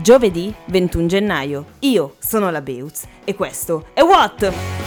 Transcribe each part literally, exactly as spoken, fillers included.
Giovedì ventuno gennaio. Io sono la Beutz e questo è What?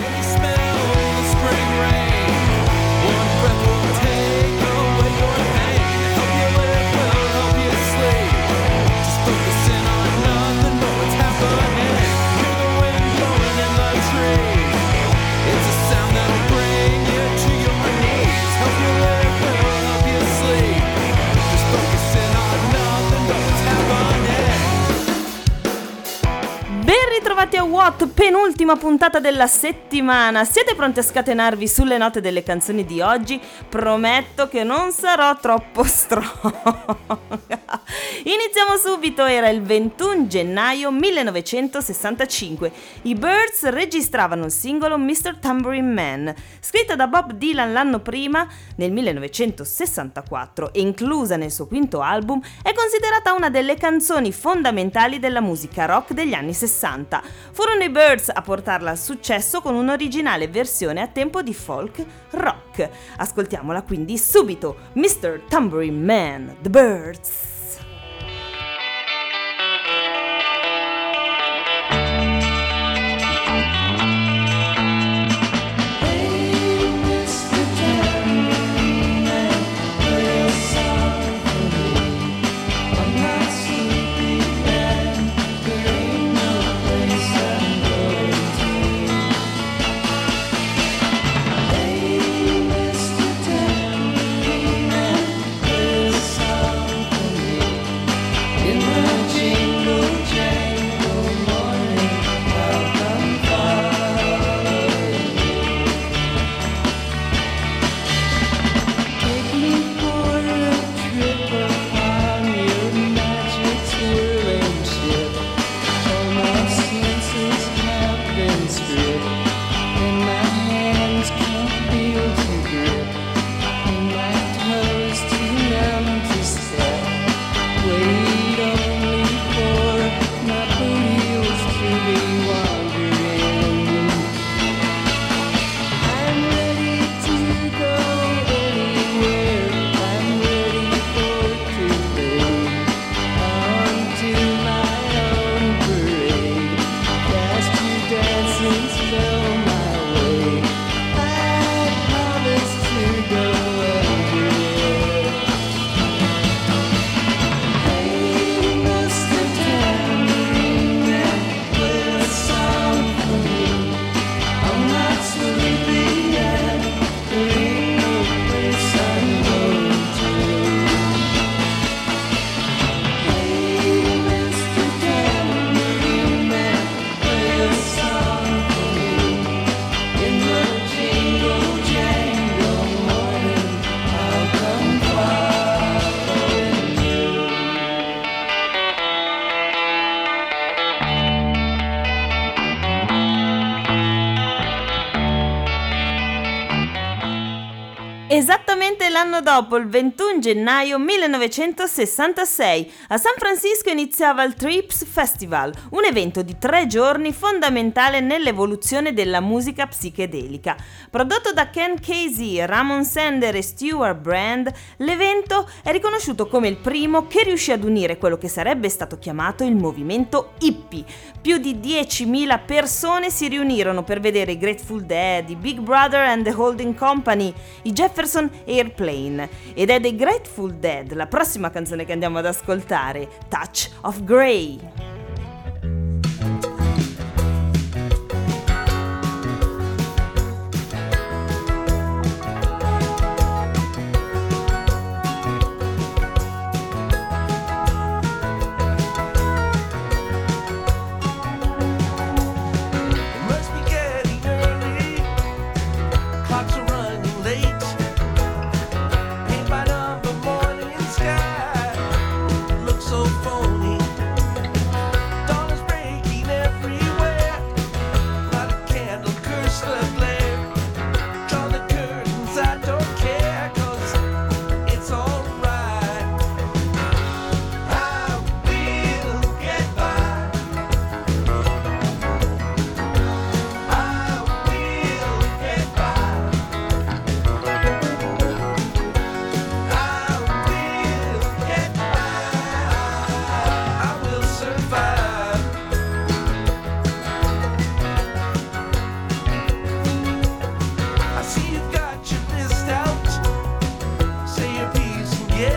Ritrovati a What, penultima puntata della settimana. Siete pronti a scatenarvi sulle note delle canzoni di oggi? Prometto che non sarò troppo stronga. Iniziamo subito, era il ventuno gennaio millenovecentosessantacinque. I Byrds registravano il singolo mister Tambourine Man, scritta da Bob Dylan l'anno prima, nel millenovecentosessantaquattro, e inclusa nel suo quinto album, è considerata una delle canzoni fondamentali della musica rock degli anni sessanta. Furono i Byrds a portarla al successo con un'originale versione a tempo di folk rock. Ascoltiamola quindi subito, mister Tambourine Man, The Byrds. Esattamente l'anno dopo, il ventuno gennaio millenovecentosessantasei, a San Francisco iniziava il Trips Festival, un evento di tre giorni fondamentale nell'evoluzione della musica psichedelica. Prodotto da Ken Kesey, Ramon Sender e Stuart Brand, l'evento è riconosciuto come il primo che riuscì ad unire quello che sarebbe stato chiamato il movimento hippie. Più di diecimila persone si riunirono per vedere i Grateful Dead, i Big Brother and the Holding Company, i Jefferson Airplane, ed è dei Grateful Dead la prossima canzone che andiamo ad ascoltare, Touch of Grey. So phony.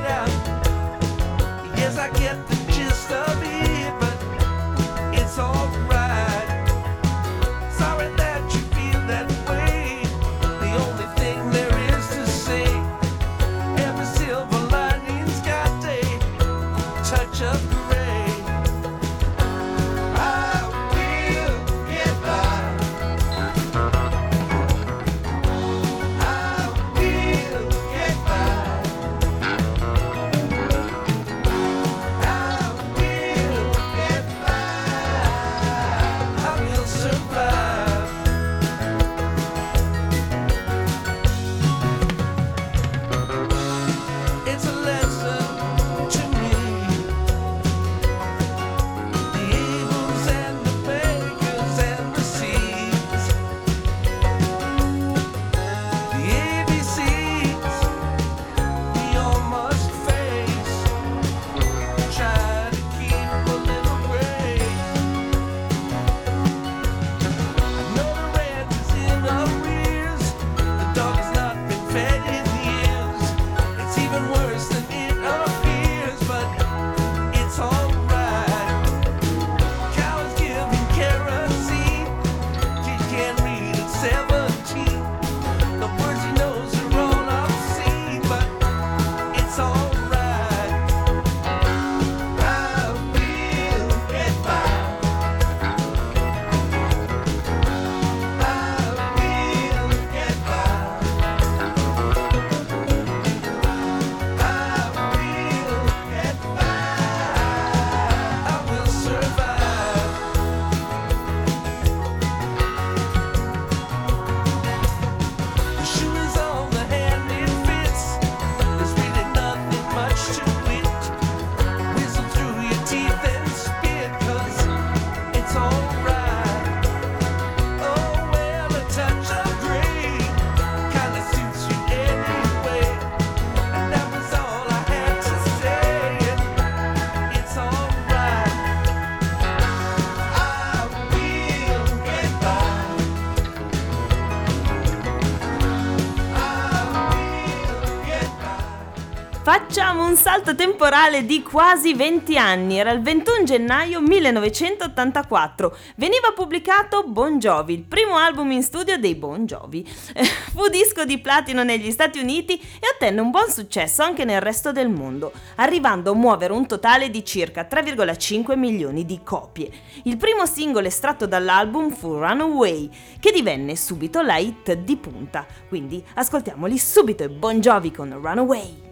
Facciamo un salto temporale di quasi venti anni, era il ventuno gennaio millenovecentottantaquattro, veniva pubblicato Bon Jovi, il primo album in studio dei Bon Jovi. Fu disco di platino negli Stati Uniti e ottenne un buon successo anche nel resto del mondo, arrivando a muovere un totale di circa tre virgola cinque milioni di copie. Il primo singolo estratto dall'album fu Runaway, che divenne subito la hit di punta, quindi ascoltiamoli subito, e Bon Jovi con Runaway.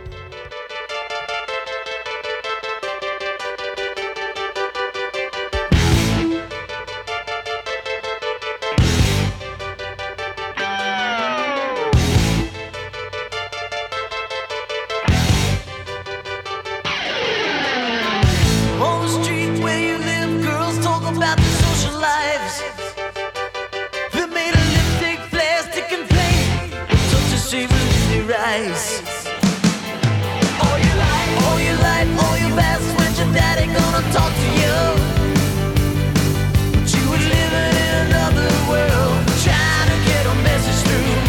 All your life, all your life, all your best, when's your daddy gonna talk to you? But you were living in another world, trying to get a message through.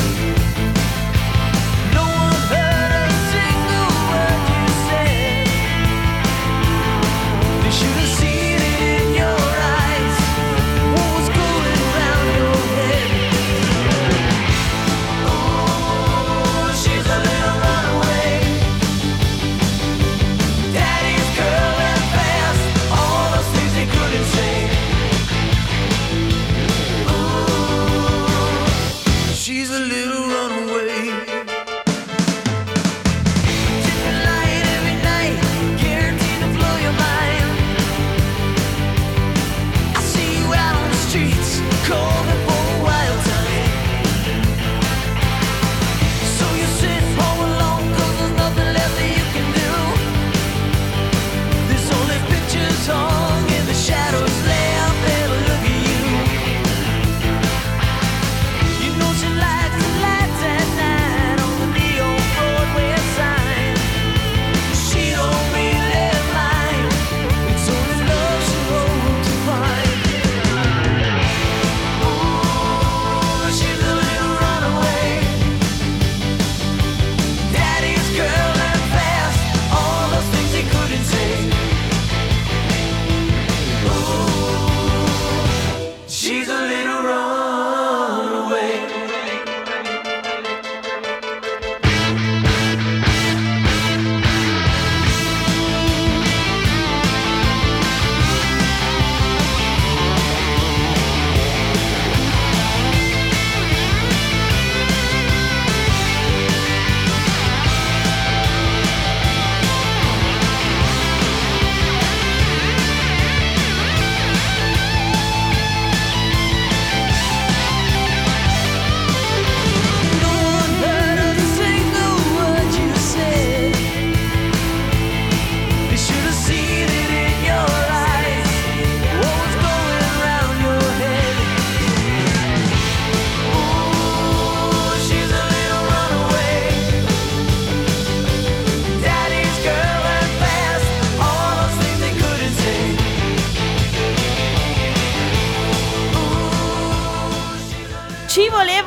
No one heard a single word you said. They should have seen it in your eyes, what was going around your head. Oh, she's a little runaway. Daddy's girl and fast.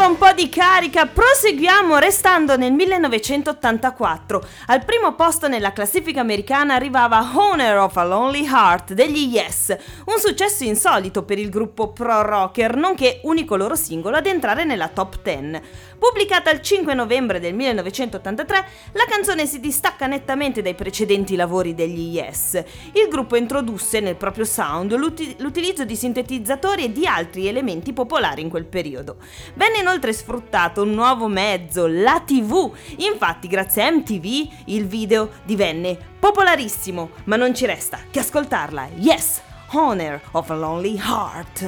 serviva un po' di carica. Proseguiamo restando nel millenovecentottantaquattro. Al primo posto nella classifica americana arrivava Owner of a Lonely Heart degli Yes, un successo insolito per il gruppo pro rocker, nonché unico loro singolo ad entrare nella top dieci. Pubblicata il cinque novembre del millenovecentottantatré, la canzone si distacca nettamente dai precedenti lavori degli Yes. Il gruppo introdusse nel proprio sound l'uti- l'utilizzo di sintetizzatori e di altri elementi popolari in quel periodo. Venne inoltre sfruttato un nuovo mezzo, la tivù. Infatti, grazie a M T V, il video divenne popolarissimo, ma non ci resta che ascoltarla. Yes, Owner of a Lonely Heart.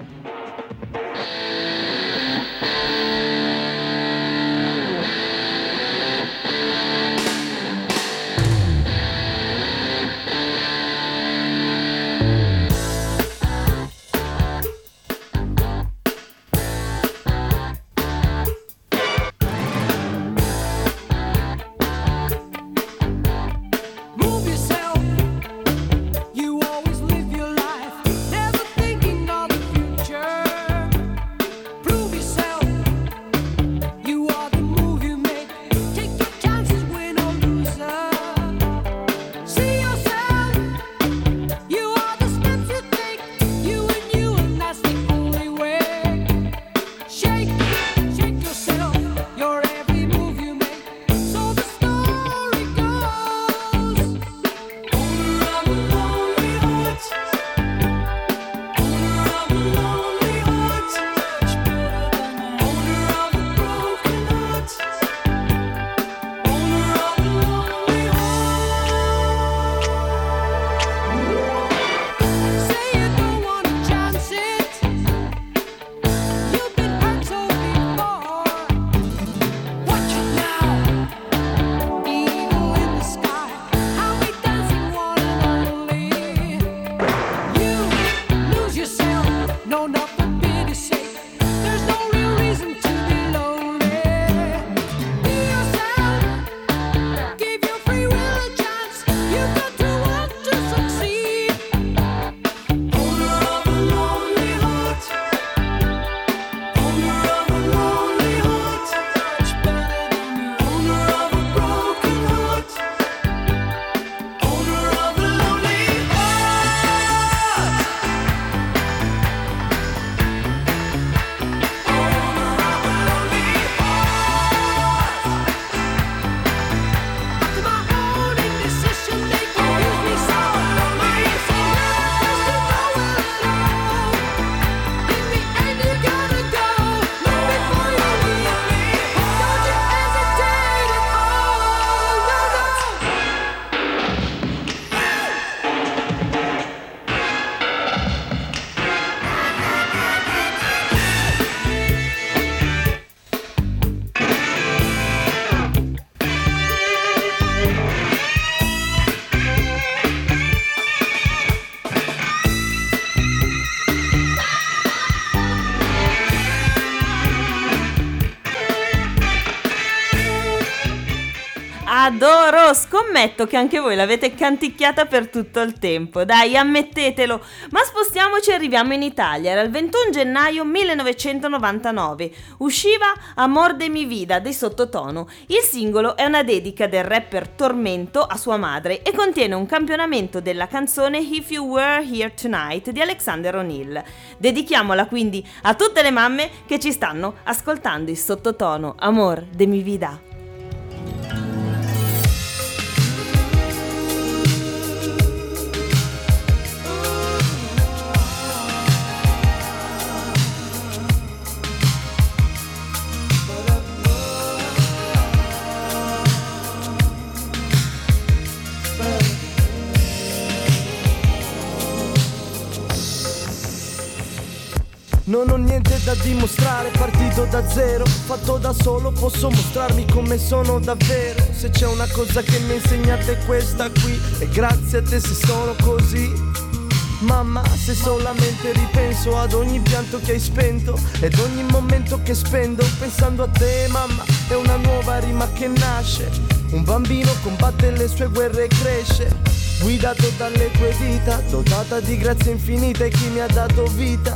Adoro, scommetto che anche voi l'avete canticchiata per tutto il tempo, dai, ammettetelo. Ma spostiamoci e arriviamo in Italia. Era il ventuno gennaio millenovecentonovantanove, usciva Amor de mi vida dei Sottotono. Il singolo è una dedica del rapper Tormento a sua madre e contiene un campionamento della canzone If You Were Here Tonight di Alexander O'Neal. Dedichiamola quindi a tutte le mamme che ci stanno ascoltando. Il Sottotono, Amor de mi vida. Non ho niente da dimostrare, partito da zero, fatto da solo, posso mostrarmi come sono davvero. Se c'è una cosa che mi insegnate è questa qui, e grazie a te se sono così. Mamma, se solamente ripenso ad ogni pianto che hai spento ed ogni momento che spendo pensando a te, mamma, è una nuova rima che nasce. Un bambino combatte le sue guerre e cresce, guidato dalle tue dita, dotata di grazia infinita e chi mi ha dato vita.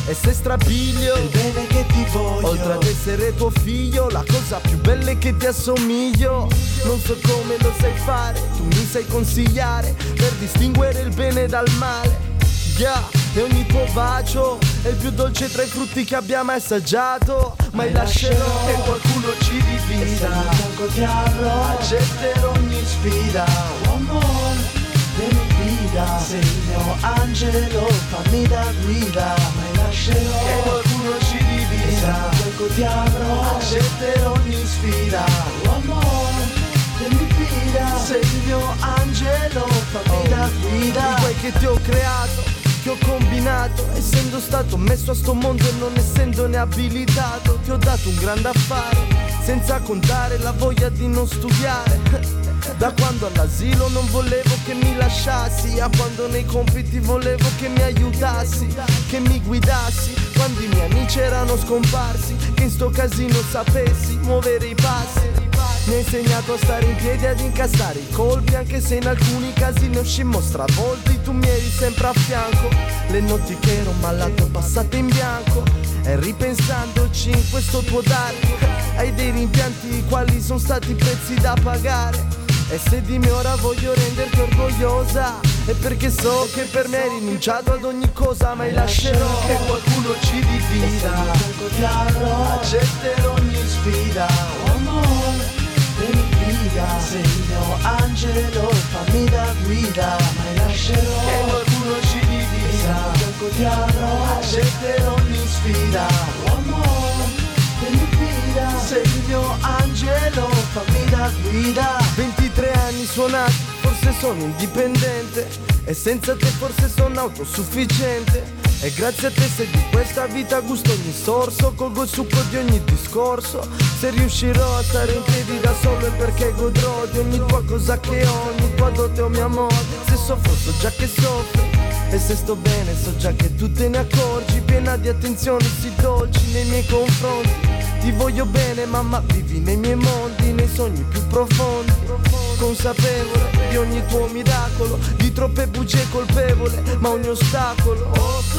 E se strapiglio il bene che ti voglio, oltre ad essere tuo figlio, la cosa più bella è che ti assomiglio. Non so come lo sai fare, tu mi sai consigliare per distinguere il bene dal male. Yeah, e ogni tuo bacio è il più dolce tra i frutti che abbiamo assaggiato. Mai lascerò che qualcuno ci divida, tanto ti avrò, accetterò ogni sfida. One more, vieni guida, sei il mio angelo, fammi da guida. Mai lascerò che qualcuno ci divida, tanto ti avrò, accetterò ogni sfida. One more, vieni guida, sei il mio angelo, fammi da guida. Di quel che ti ho creato, che ho combinato, essendo stato messo a sto mondo e non essendone abilitato. Ti ho dato un grande affare, senza contare la voglia di non studiare. Da quando all'asilo non volevo che mi lasciassi, a quando nei compiti volevo che mi aiutassi, che mi guidassi, quando i miei amici erano scomparsi, che in sto casino sapessi muovere i passi. Mi hai insegnato a stare in piedi, ad incassare i colpi, anche se in alcuni casi ne uscimmo stravolti. Tu mi eri sempre a fianco, le notti che ero malato passate in bianco. E ripensandoci in questo tuo dare, hai dei rimpianti quali sono stati i prezzi da pagare. E se di me ora voglio renderti orgogliosa, è perché so che per me hai rinunciato ad ogni cosa. Mai lascerò che qualcuno ci divida, tanto ti avrò, accetterò ogni sfida. amore, vieni guida, sei il mio angelo, fammi da guida. Mai lascerò che qualcuno ci divida, tanto ti avrò, accetterò ogni sfida. amore, vieni guida, Sei il mio angelo, fammi da guida. ventitré anni suonati, forse sono indipendente, e senza te forse sono autosufficiente. E grazie a te se di questa vita gusto ogni sorso, colgo il succo di ogni discorso. Se riuscirò a stare in piedi da solo è perché godrò di ogni tua cosa che ho, ogni tua dote o mio amore. Se soffro so già che soffri, e se sto bene so già che tu te ne accorgi. Piena di attenzioni sì dolci nei miei confronti. Ti voglio bene mamma, vivi nei miei mondi, nei sogni più profondi. Consapevole di ogni tuo miracolo, di troppe bugie colpevole, ma ogni ostacolo posso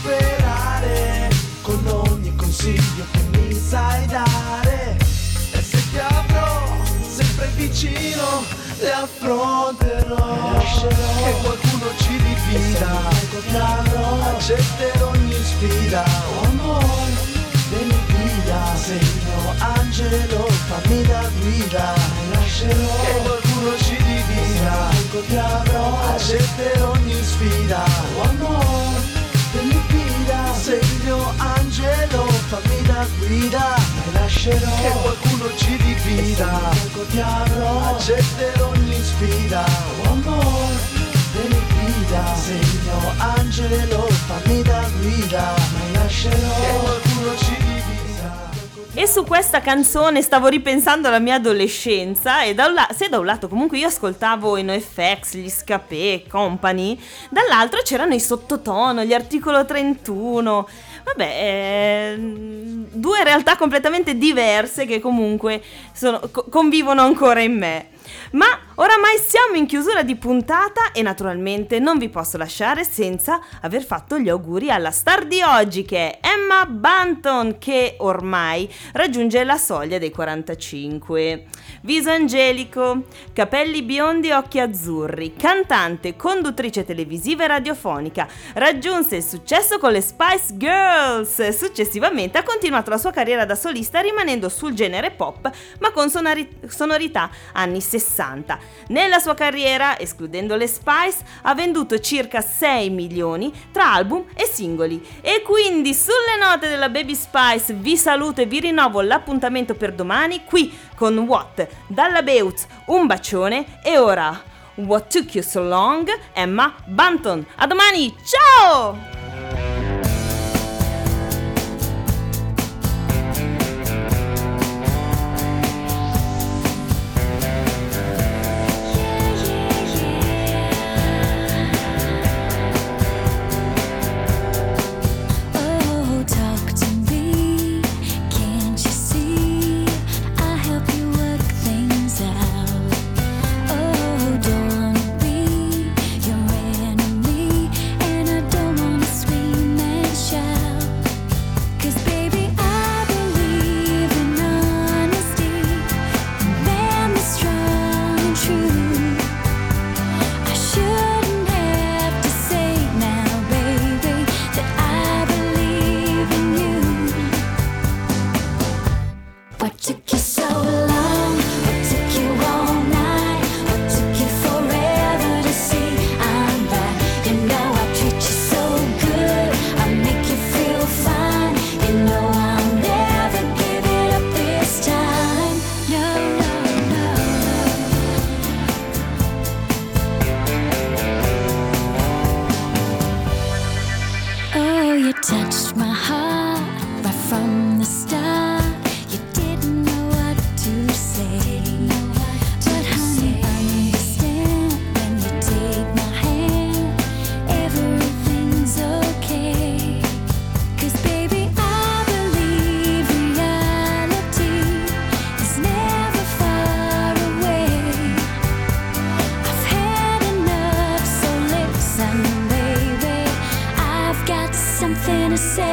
superare con ogni consiglio che mi sai dare. E se ti avrò sempre vicino, le affronterò. Lascerò che qualcuno ci divida, tanto ti avrò, accetterò ogni sfida. amore, vieni guida, sei il mio angelo, fammi da guida. Mai lascerò Che qualcuno ci divida, tanto ti avrò, accetterò ogni sfida. amore, vieni guida, Sei il mio angelo, fammi da guida. mai lascerò Che qualcuno ci divida, tanto ti avrò, accetterò ogni sfida. amore, vieni guida, sei il mio angelo, fammi da guida. Mai lascerò Che qualcuno ci divida. E su questa canzone stavo ripensando alla mia adolescenza e da un la- se da un lato comunque io ascoltavo i NoFX, gli Scapé, Company, dall'altro c'erano i Sottotono, gli Articolo trentuno. Vabbè, ehm, due realtà completamente diverse che comunque sono, co- convivono ancora in me. Ma oramai siamo in chiusura di puntata e naturalmente non vi posso lasciare senza aver fatto gli auguri alla star di oggi, che è Emma Bunton, che ormai raggiunge la soglia dei quarantacinque. Viso angelico, capelli biondi e occhi azzurri, cantante, conduttrice televisiva e radiofonica, raggiunse il successo con le Spice Girls. Successivamente ha continuato la sua carriera da solista rimanendo sul genere pop ma con sonori- sonorità anni sessanta. Nella sua carriera, escludendo le Spice, ha venduto circa sei milioni tra album e singoli. E quindi sulle note della Baby Spice vi saluto e vi rinnovo l'appuntamento per domani qui con What dalla Beutz, un bacione. E ora What Took You So Long, Emma Bunton. A domani, ciao! Oh, talk to me. Can't you see? I help you work things out. Oh, don't wanna be your enemy, and I don't wanna say?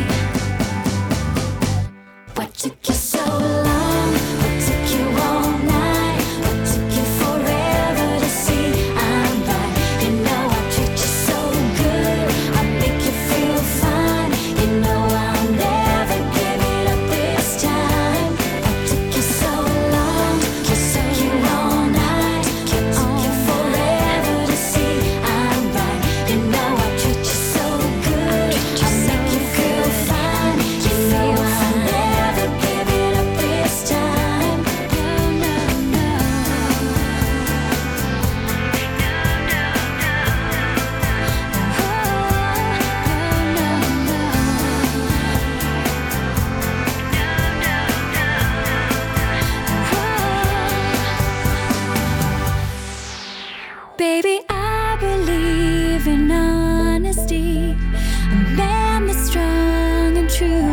What took you so long? What took you all night? What took you forever to see I'm right? You know I treat you so good, I make you feel fine. You know I'll never give it up this time. What took you so long? What took you all night? What took you forever to see I'm right? You know I treat you so good, I make you feel fine. You know I'll never give it up this time. No, no, no. Baby, I believe in honesty, a man that's strong and true.